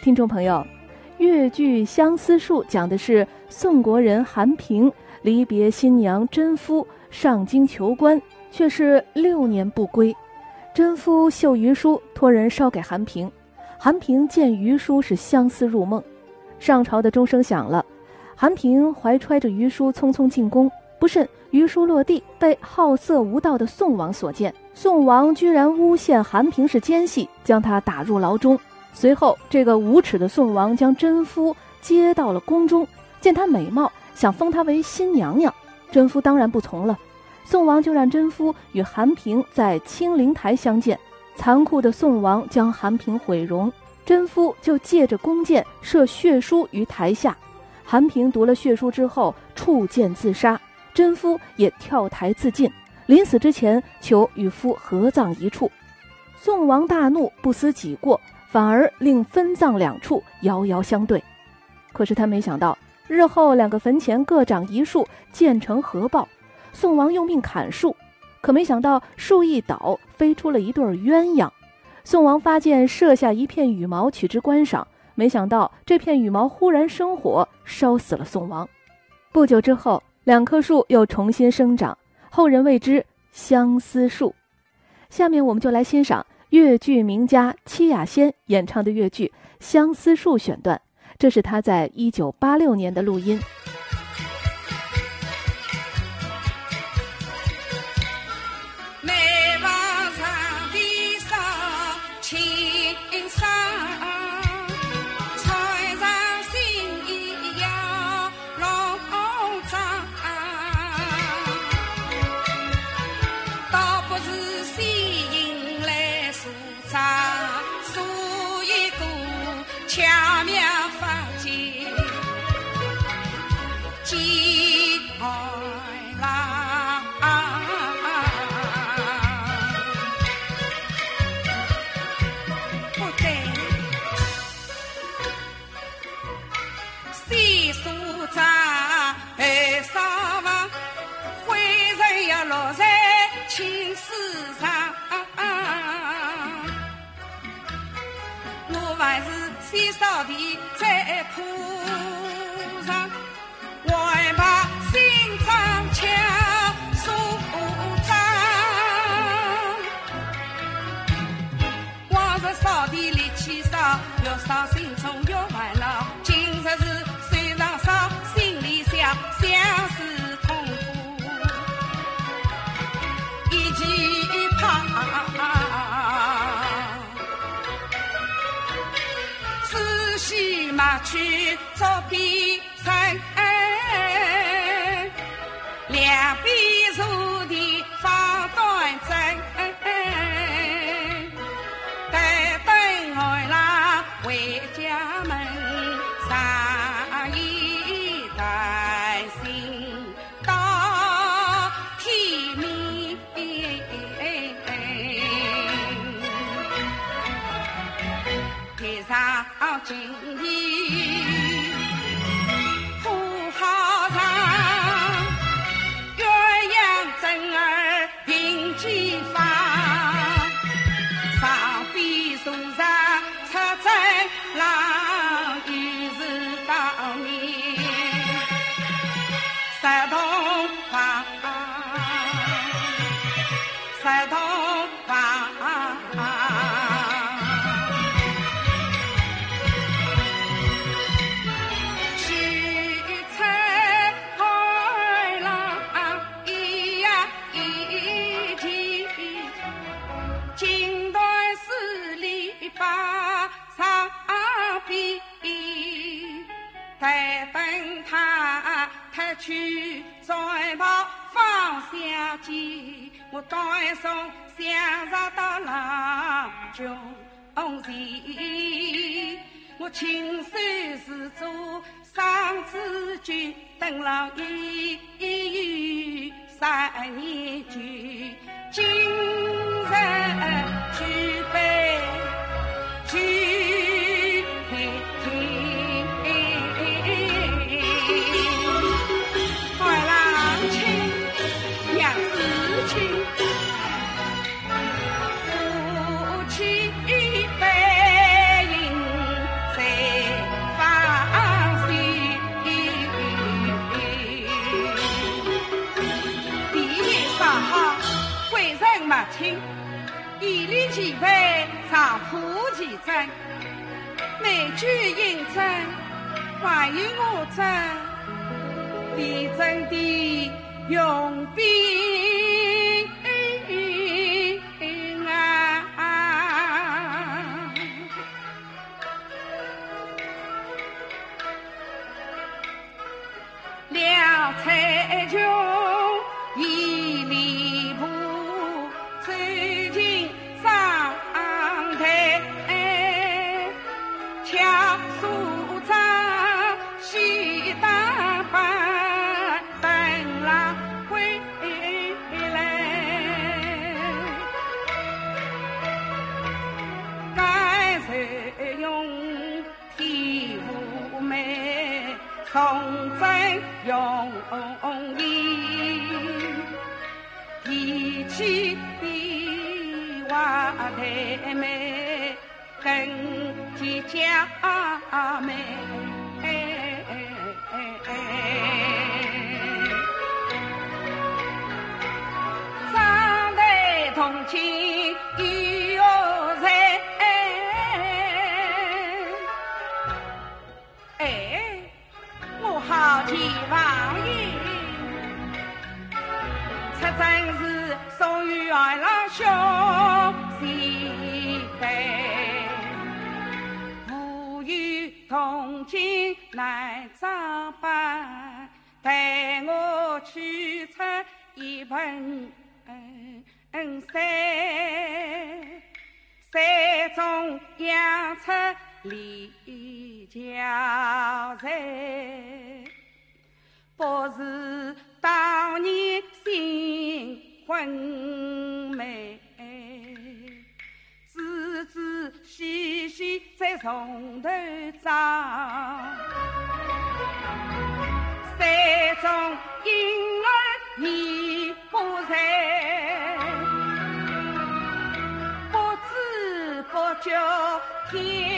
听众朋友，越剧《相思树》讲的是宋国人韩平离别新娘甄夫上京求官，却是6年不归。甄夫绣余书托人捎给韩平，韩平见余书是相思入梦。上朝的钟声响了，韩平怀揣着余书匆匆进宫，不慎余书落地，被好色无道的宋王所见。宋王居然诬陷韩平是奸细，将他打入牢中。随后这个无耻的宋王将甄夫接到了宫中，见她美貌，想封她为新娘娘。甄夫当然不从了，宋王就让甄夫与韩平在清灵台相见。残酷的宋王将韩平毁容，甄夫就借着弓箭射血书于台下。韩平读了血书之后触剑自杀，甄夫也跳台自尽，临死之前求与夫合葬一处。宋王大怒，不思己过，反而令分葬2处，遥遥相对。可是他没想到，日后2个坟前各长1树，建成合抱。宋王用命砍树，可没想到树一倒，飞出了一对鸳鸯。宋王发箭射下一片羽毛取之观赏，没想到这片羽毛忽然生火，烧死了宋王。不久之后，2棵树又重新生长，后人谓之相思树。下面我们就来欣赏越剧名家戚雅仙演唱的越剧《相思树》选段，这是他在1986年的录音。 巧妙发现，几海浪，不对，细数在二沙房，灰尘要落在青丝上。我还是先扫地再铺上，我还把心脏敲树桩。往日扫地力气少，越扫心中越烦恼。今日是虽然扫，心里想，相思痛苦，一起怕。须马去做比赛，两边坐地放端正，待等儿郎回家门，上衣带心到天明。贴上锦衣铺好床，鸳鸯枕儿并肩放，上边坐上出征郎，已是当年石洞房，石洞房。待等他脱去战袍放下剑，我带送相上到郎中前，我亲手是做双子卷，等了一月3年卷，今日举杯举杯夫妻背影在美酒饮斟，还有我斟，非真的用兵啊！了才穷一里步，走进上台，恰梳妆洗打扮，等郎回来。该是用体无美，从真用意，提起比娃太美，更提家美。长代同情有人，我好奇王爷，出征时送与二郎兄弟对，无有同情难长伴，带我去出一盆山中养出李家人，不是当年新婚美，仔仔细细再从头找，山中婴儿已不在，不知不觉天